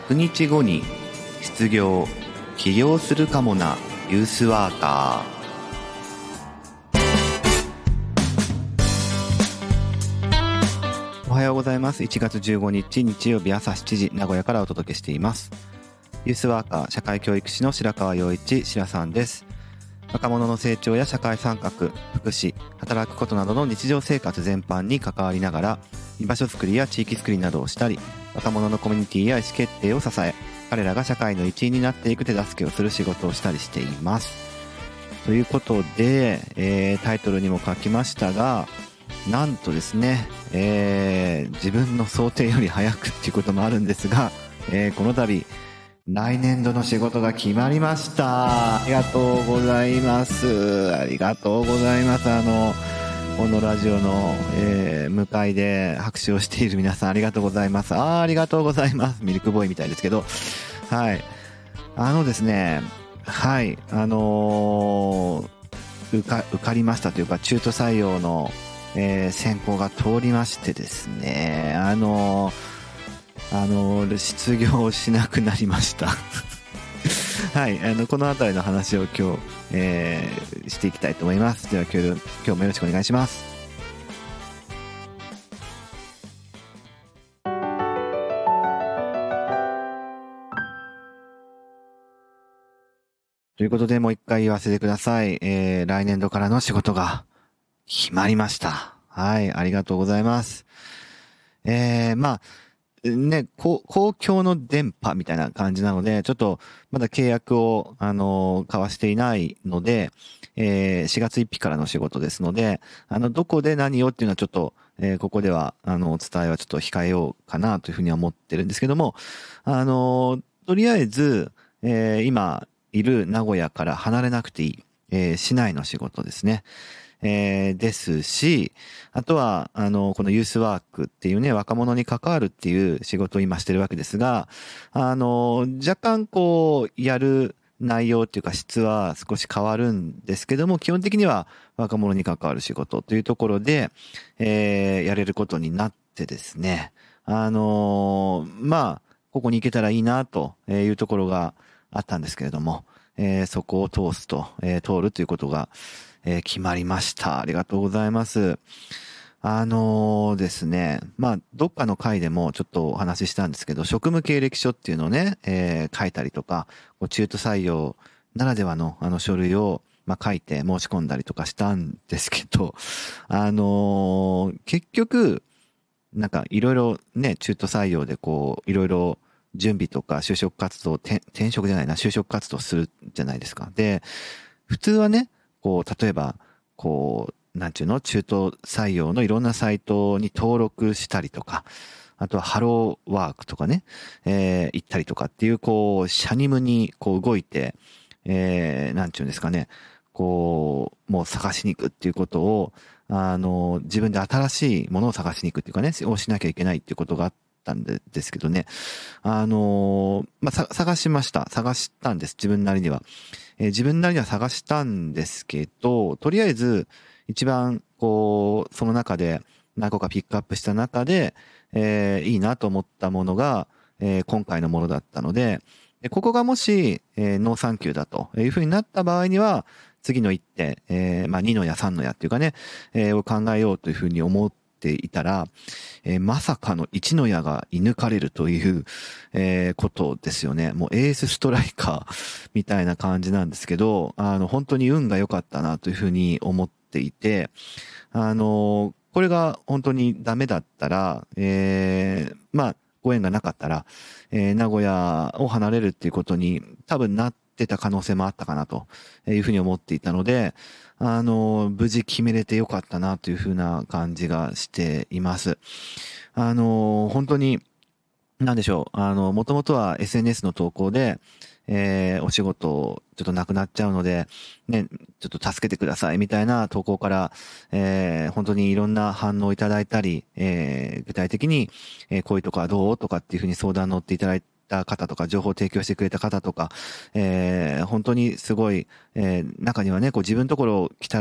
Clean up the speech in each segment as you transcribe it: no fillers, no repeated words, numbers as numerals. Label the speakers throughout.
Speaker 1: 100日後に失業起業するかもなユースワーカー。おはようございます。1月15日日曜日朝7時、名古屋からお届けしています。ユースワーカー社会教育士の白川陽一白さんです。若者の成長や社会参画、福祉、働くことなどの日常生活全般に関わりながら、居場所づくりや地域づくりなどをしたり、若者のコミュニティや意思決定を支え、彼らが社会の一員になっていく手助けをする仕事をしたりしています。ということで、タイトルにも書きましたが、なんとですね、自分の想定より早くっていうこともあるんですが、この度来年度の仕事が決まりました。ありがとうございます。ありがとうございます。このラジオの、向かいで拍手をしている皆さんありがとうございます。ありがとうございます。ミルクボーイみたいですけど、はい。ですね、はい、受かりましたというか、中途採用の、選考が通りましてですね、失業しなくなりましたはい、このあたりの話を今日、していきたいと思います。では今日もよろしくお願いします。ということでもう一回言わせてください。来年度からの仕事が決まりました。はい、ありがとうございます。ね、公共の電波みたいな感じなので、ちょっとまだ契約を、交わしていないので、4月1日からの仕事ですので、どこで何をっていうのはちょっと、ここでは、お伝えはちょっと控えようかなというふうには思ってるんですけども、とりあえず、今いる名古屋から離れなくていい、市内の仕事ですね。ですし、あとは、このユースワークっていうね、若者に関わるっていう仕事を今してるわけですが、若干やる内容っていうか質は少し変わるんですけども、基本的には若者に関わる仕事というところで、やれることになってですね、ここに行けたらいいなというところがあったんですけれども、そこを通るということが、決まりました。ありがとうございます。ですね、どっかの回でもちょっとお話ししたんですけど、職務経歴書っていうのをね、書いたりとか、中途採用ならではの書類を、書いて申し込んだりとかしたんですけど、結局、なんかいろいろね、中途採用でいろいろ準備とか就職活動、転職じゃないな、就職活動するじゃないですか。で、普通はね、例えば、なんちゅうの、中途採用のいろんなサイトに登録したりとか、あとはハローワークとかね、行ったりとかっていう、シャニムに動いて、なんちゅうんですかね、もう探しに行くっていうことを、自分で新しいものを探しに行くっていうかね、をしなきゃいけないっていうことがあったんですけどね、探したんです、自分なりには。自分なりには探したんですけど、とりあえず、一番、その中で、何個かピックアップした中で、いいなと思ったものが、今回のものだったので、ここがもし、ノーサンキューだというふうになった場合には、次の一手、2の矢3の矢っていうかね、を考えようというふうに思っていたら、まさかの1の矢が射抜かれるという、ことですよね。もうエースストライカーみたいな感じなんですけど、本当に運が良かったなというふうに思っていて、これが本当にダメだったら、ご縁がなかったら、名古屋を離れるっていうことに多分なってた可能性もあったかなというふうに思っていたので、無事決めれてよかったなというふうな感じがしています。本当に、なんでしょう。もともとは SNS の投稿で、お仕事ちょっとなくなっちゃうので、ね、ちょっと助けてくださいみたいな投稿から、本当にいろんな反応をいただいたり、具体的に、こういうとこはどうとかっていうふうに相談乗っていただいた方とか、情報を提供してくれた方とか、本当にすごい、中にはね、自分のところ来たら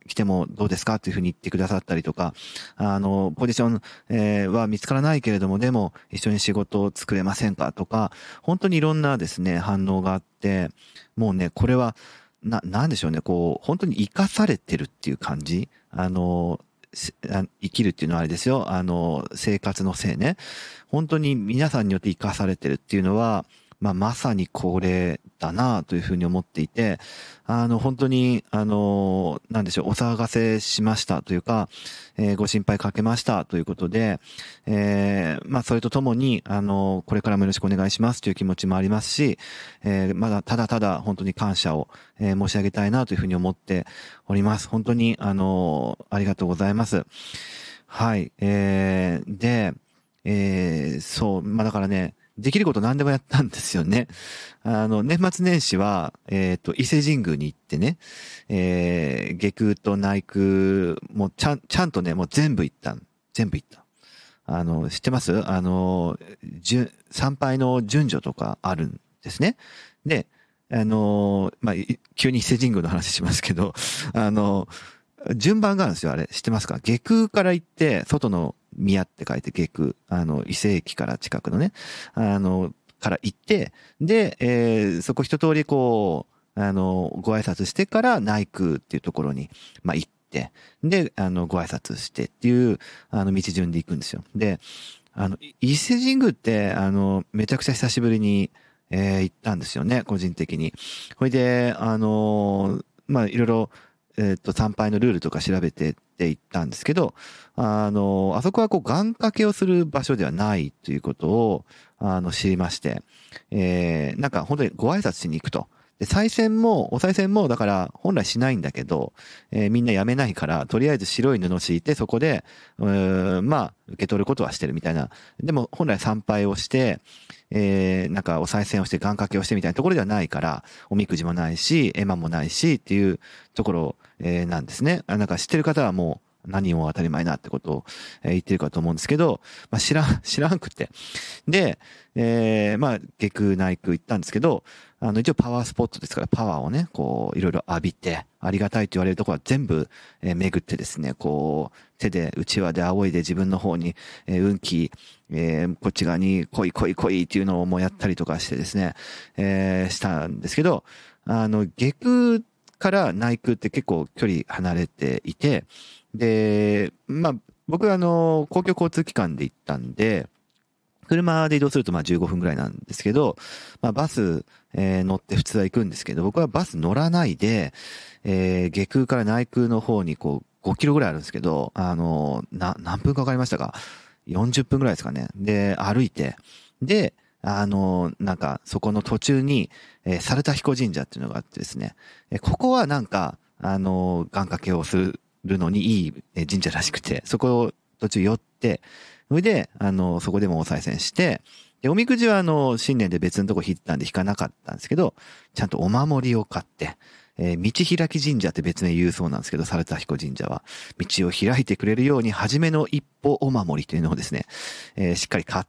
Speaker 1: 来てもどうですかというふうに言ってくださったりとか、ポジション、は見つからないけれども、でも一緒に仕事を作れませんかとか、本当にいろんなですね、反応があって、もうね、これは、なんでしょうね、こう、本当に生かされてるっていう感じ。生きるっていうのはあれですよ。生活のせいね。本当に皆さんによって生かされてるっていうのは、まさにこれだなというふうに思っていて、本当に、なんでしょう、お騒がせしましたというか、ご心配かけましたということで、それとともに、これからもよろしくお願いしますという気持ちもありますし、まだただただ本当に感謝を、申し上げたいなというふうに思っております。本当に、ありがとうございます。はい。で、そう、だからね、できること何でもやったんですよね。年末年始は、伊勢神宮に行ってね、下空と内空もちゃんとね、もう全部行った。全部行った。知ってます？参拝の順序とかあるんですね。で、急に伊勢神宮の話しますけど、順番があるんですよ、あれ。知ってますか？下空から行って、外の宮って書いて下空。伊勢駅から近くのね。から行って、で、そこ一通りこう、ご挨拶してから内宮っていうところに、行って、で、ご挨拶してっていう、道順で行くんですよ。で、伊勢神宮って、めちゃくちゃ久しぶりに、行ったんですよね、個人的に。ほいで、いろいろ、参拝のルールとか調べてって行ったんですけど、あそこはこう、願掛けをする場所ではないということを、知りまして、なんか本当にご挨拶しに行くと。で、お賽銭も、だから本来しないんだけど、みんなやめないから、とりあえず白い布敷いて、そこで、受け取ることはしてるみたいな。でも、本来参拝をして、なんかお賽銭をして願掛けをしてみたいなところではないから、おみくじもないし、絵馬もないしっていうところ、なんですね。なんか知ってる方はもう何も当たり前なってことを、言ってるかと思うんですけど、知らんくて。で、下空内空行ったんですけど、一応パワースポットですから、パワーをね、こう、いろいろ浴びて、ありがたいと言われるところは全部、巡ってですね、こう、手で、うちわで仰いで自分の方に、運気、こっち側に来い来い来いっていうのをもうやったりとかしてですね、したんですけど、下空から内空って結構距離離れていて、で、僕は公共交通機関で行ったんで、車で移動すると15分ぐらいなんですけど、バス、乗って普通は行くんですけど、僕はバス乗らないで、下空から内空の方にこう5キロぐらいあるんですけど、何分かかりましたか？ 40 分ぐらいですかね。で、歩いて、で、なんか、そこの途中に、猿田彦神社っていうのがあってですね、ここはなんか、願掛けをするのにいい神社らしくて、そこを途中寄って、それで、そこでもお賽銭して、で、おみくじは新年で別のとこ引いたんで引かなかったんですけど、ちゃんとお守りを買って、道開き神社って別名言うそうなんですけど、猿田彦神社は、道を開いてくれるように、初めの一歩お守りというのをですね、しっかり買って、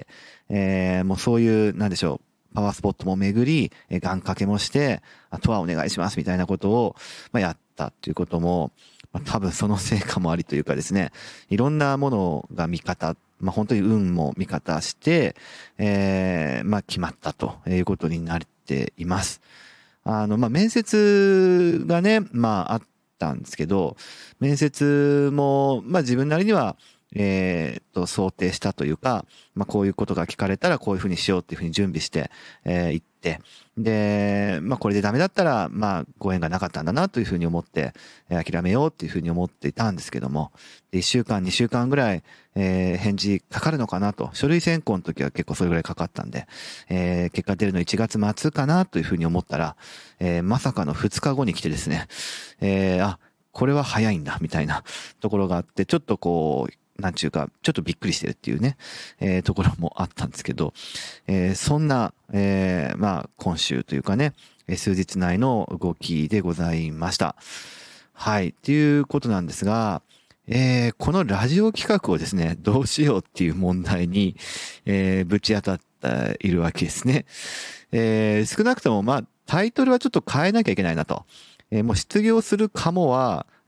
Speaker 1: もうそういう、なんでしょう、パワースポットも巡り、願掛けもして、あとはお願いしますみたいなことを、やったっていうことも、多分その成果もありというかですね、いろんなものが味方、本当に運も味方して、決まったということになっています。面接がね、あったんですけど、面接も、自分なりには、想定したというか、こういうことが聞かれたらこういうふうにしようっていうふうに準備して、行って、で、これでダメだったら、ご縁がなかったんだなというふうに思って、諦めようっていうふうに思っていたんですけども、1週間、2週間ぐらい、返事かかるのかなと、書類選考の時は結構それぐらいかかったんで、結果出るの1月末かなというふうに思ったら、まさかの2日後に来てですね、これは早いんだ、みたいなところがあって、ちょっとこう、なんちゅうか、ちょっとびっくりしてるっていうね、ところもあったんですけど、そんな、今週というかね、数日内の動きでございました。はい。っていうことなんですが、このラジオ企画をですね、どうしようっていう問題に、ぶち当たっているわけですね。少なくとも、タイトルはちょっと変えなきゃいけないなと。もう失業するかもは、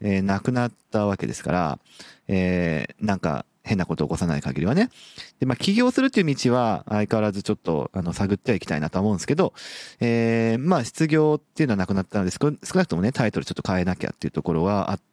Speaker 1: なくなったわけですから、なんか変なことを起こさない限りはね。で、まあ起業するっていう道は相変わらずちょっと探ってはいきたいなと思うんですけど、まあ失業っていうのはなくなったので、少なくともね、タイトルちょっと変えなきゃっていうところはあって、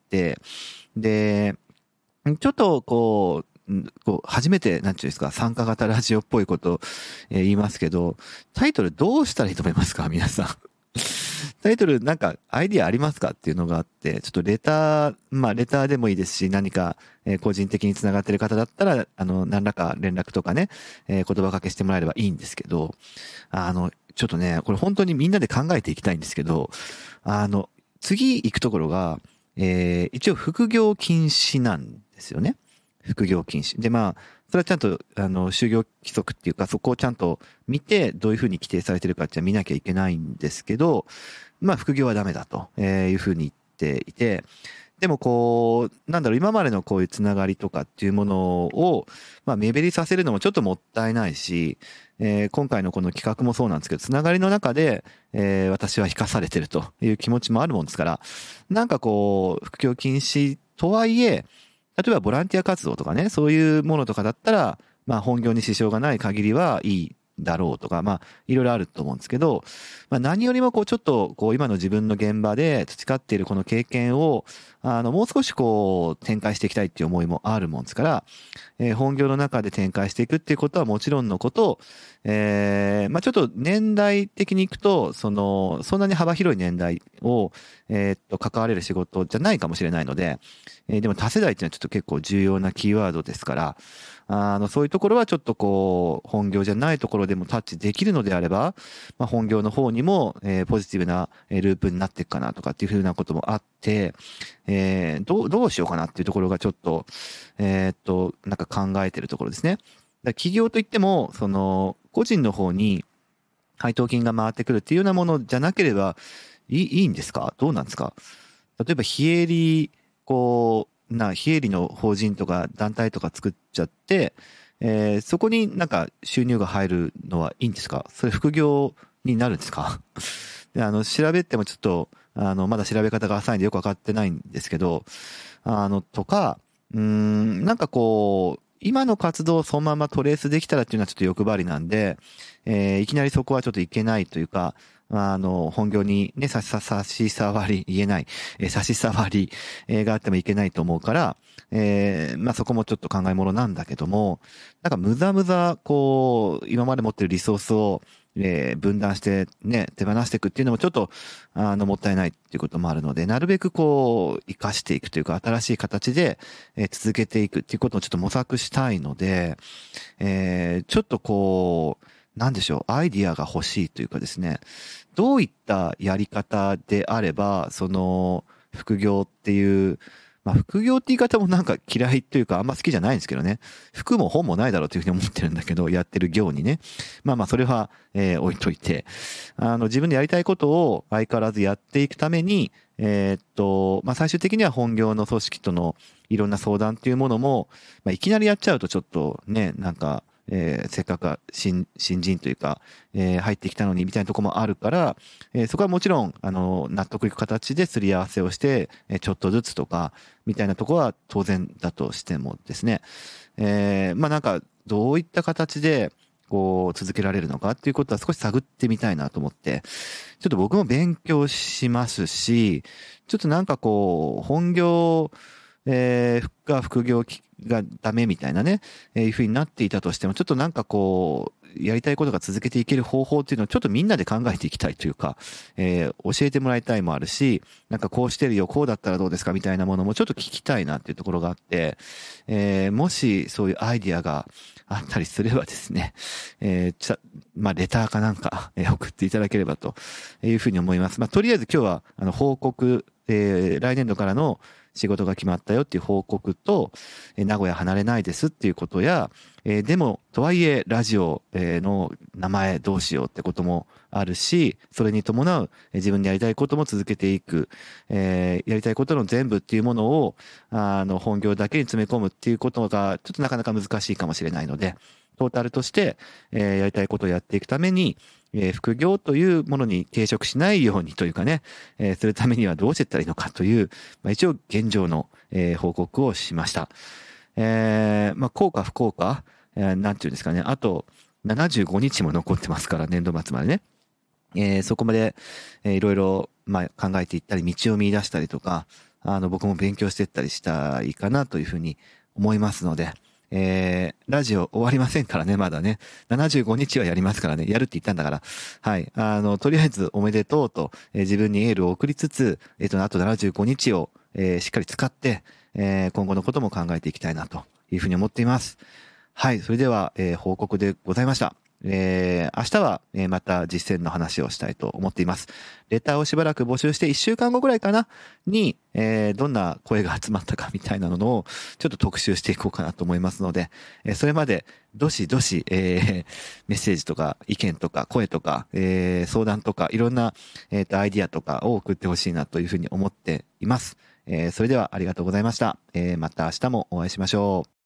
Speaker 1: で、ちょっと初めて、なんていうんですか、参加型ラジオっぽいことを言いますけど、タイトルどうしたらいいと思いますか皆さん。タイトルなんかアイディアありますかっていうのがあって、ちょっとレターでもいいですし、何か個人的につながってる方だったら、何らか連絡とかね、言葉かけしてもらえればいいんですけど、ちょっとね、これ本当にみんなで考えていきたいんですけど、次行くところが、一応副業禁止なんですよね。副業禁止。で、まあ、それはちゃんと、就業規則っていうか、そこをちゃんと見て、どういうふうに規定されてるかって見なきゃいけないんですけど、まあ、副業はダメだというふうに言っていて、でもなんだろう、今までのこういうつながりとかっていうものを、まあ、目減りさせるのもちょっともったいないし、今回のこの企画もそうなんですけど、つながりの中で、私は生かされてるという気持ちもあるもんですから、なんか副業禁止とはいえ、例えばボランティア活動とかね、そういうものとかだったら、まあ本業に支障がない限りはいいだろうとか、まあいろいろあると思うんですけど、まあ何よりもちょっと今の自分の現場で培っているこの経験を、もう少し展開していきたいっていう思いもあるもんですから、本業の中で展開していくっていうことはもちろんのこと、まあちょっと年代的にいくと、そんなに幅広い年代を、関われる仕事じゃないかもしれないので、でも多世代っていうのはちょっと結構重要なキーワードですから、そういうところはちょっと本業じゃないところでもタッチできるのであれば、まあ、本業の方にも、ポジティブなループになっていくかなとかっていうふうなこともあって、どうしようかなっていうところがちょっと、なんか考えてるところですね。企業といっても、個人の方に配当金が回ってくるっていうようなものじゃなければいいんですか？どうなんですか？例えば、非営利非営利の法人とか団体とか作っちゃって、そこになんか収入が入るのはいいんですか？それ副業になるんですか？で調べてもちょっと、まだ調べ方が浅いんでよくわかってないんですけど、とか、なんか今の活動をそのままトレースできたらっていうのはちょっと欲張りなんで、いきなりそこはちょっといけないというか、本業にね、差し障り、言えない、差し障り、があってもいけないと思うから、まあそこもちょっと考えものなんだけども、なんかむざむざ、今まで持ってるリソースを、分断してね、手放していくっていうのもちょっと、もったいないっていうこともあるので、なるべく活かしていくというか、新しい形で、続けていくっていうことをちょっと模索したいので、ちょっとなんでしょう、アイディアが欲しいというかですね、どういったやり方であれば、副業っていう、まあ、副業って言い方もなんか嫌いというかあんま好きじゃないんですけどね。服も本もないだろうというふうに思ってるんだけど、やってる業にね。まあまあ、それは、置いといて。自分でやりたいことを相変わらずやっていくために、まあ最終的には本業の組織とのいろんな相談っていうものも、まあいきなりやっちゃうとちょっとね、なんか、せっかく新人というか、入ってきたのにみたいなところもあるから、そこはもちろん、納得いく形ですり合わせをして、ちょっとずつとか、みたいなところは当然だとしてもですね、まあなんか、どういった形で、続けられるのかっていうことは少し探ってみたいなと思って、ちょっと僕も勉強しますし、ちょっとなんか本業、副業がダメみたいなね、いうふうになっていたとしても、ちょっとなんかやりたいことが続けていける方法っていうのをちょっとみんなで考えていきたいというか、教えてもらいたいもあるし、なんかこうしてるよ、こうだったらどうですかみたいなものもちょっと聞きたいなっていうところがあって、もしそういうアイディアがあったりすればですね、まあ、レターかなんか、送っていただければというふうに思います。まあ、とりあえず今日は、報告、来年度からの仕事が決まったよっていう報告と、名古屋離れないですっていうことや、でも、とはいえ、ラジオの名前どうしようってこともあるし、それに伴う自分でやりたいことも続けていく、やりたいことの全部っていうものを、本業だけに詰め込むっていうことが、ちょっとなかなか難しいかもしれないので、 トータルとして、やりたいことをやっていくために、副業というものに抵触しないようにというかね、するためにはどうしていったらいいのかという、一応現状の、報告をしました。効果不効果、なんていうんですかね、あと75日も残ってますから、年度末までね。そこまで、いろいろ、考えていったり、道を見出したりとか、僕も勉強していったりしたいかなというふうに思いますので、ラジオ終わりませんからね、まだね。75日はやりますからね。やるって言ったんだから。はい。とりあえずおめでとうと、自分にエールを送りつつ、あと75日を、しっかり使って、今後のことも考えていきたいなというふうに思っています。はい。それでは、報告でございました。明日は、また実践の話をしたいと思っています。レターをしばらく募集して1週間後ぐらいかなに、どんな声が集まったかみたいなのをちょっと特集していこうかなと思いますので、それまでどしどし、メッセージとか意見とか声とか、相談とかいろんな、アイディアとかを送ってほしいなというふうに思っています。それではありがとうございました。また明日もお会いしましょう。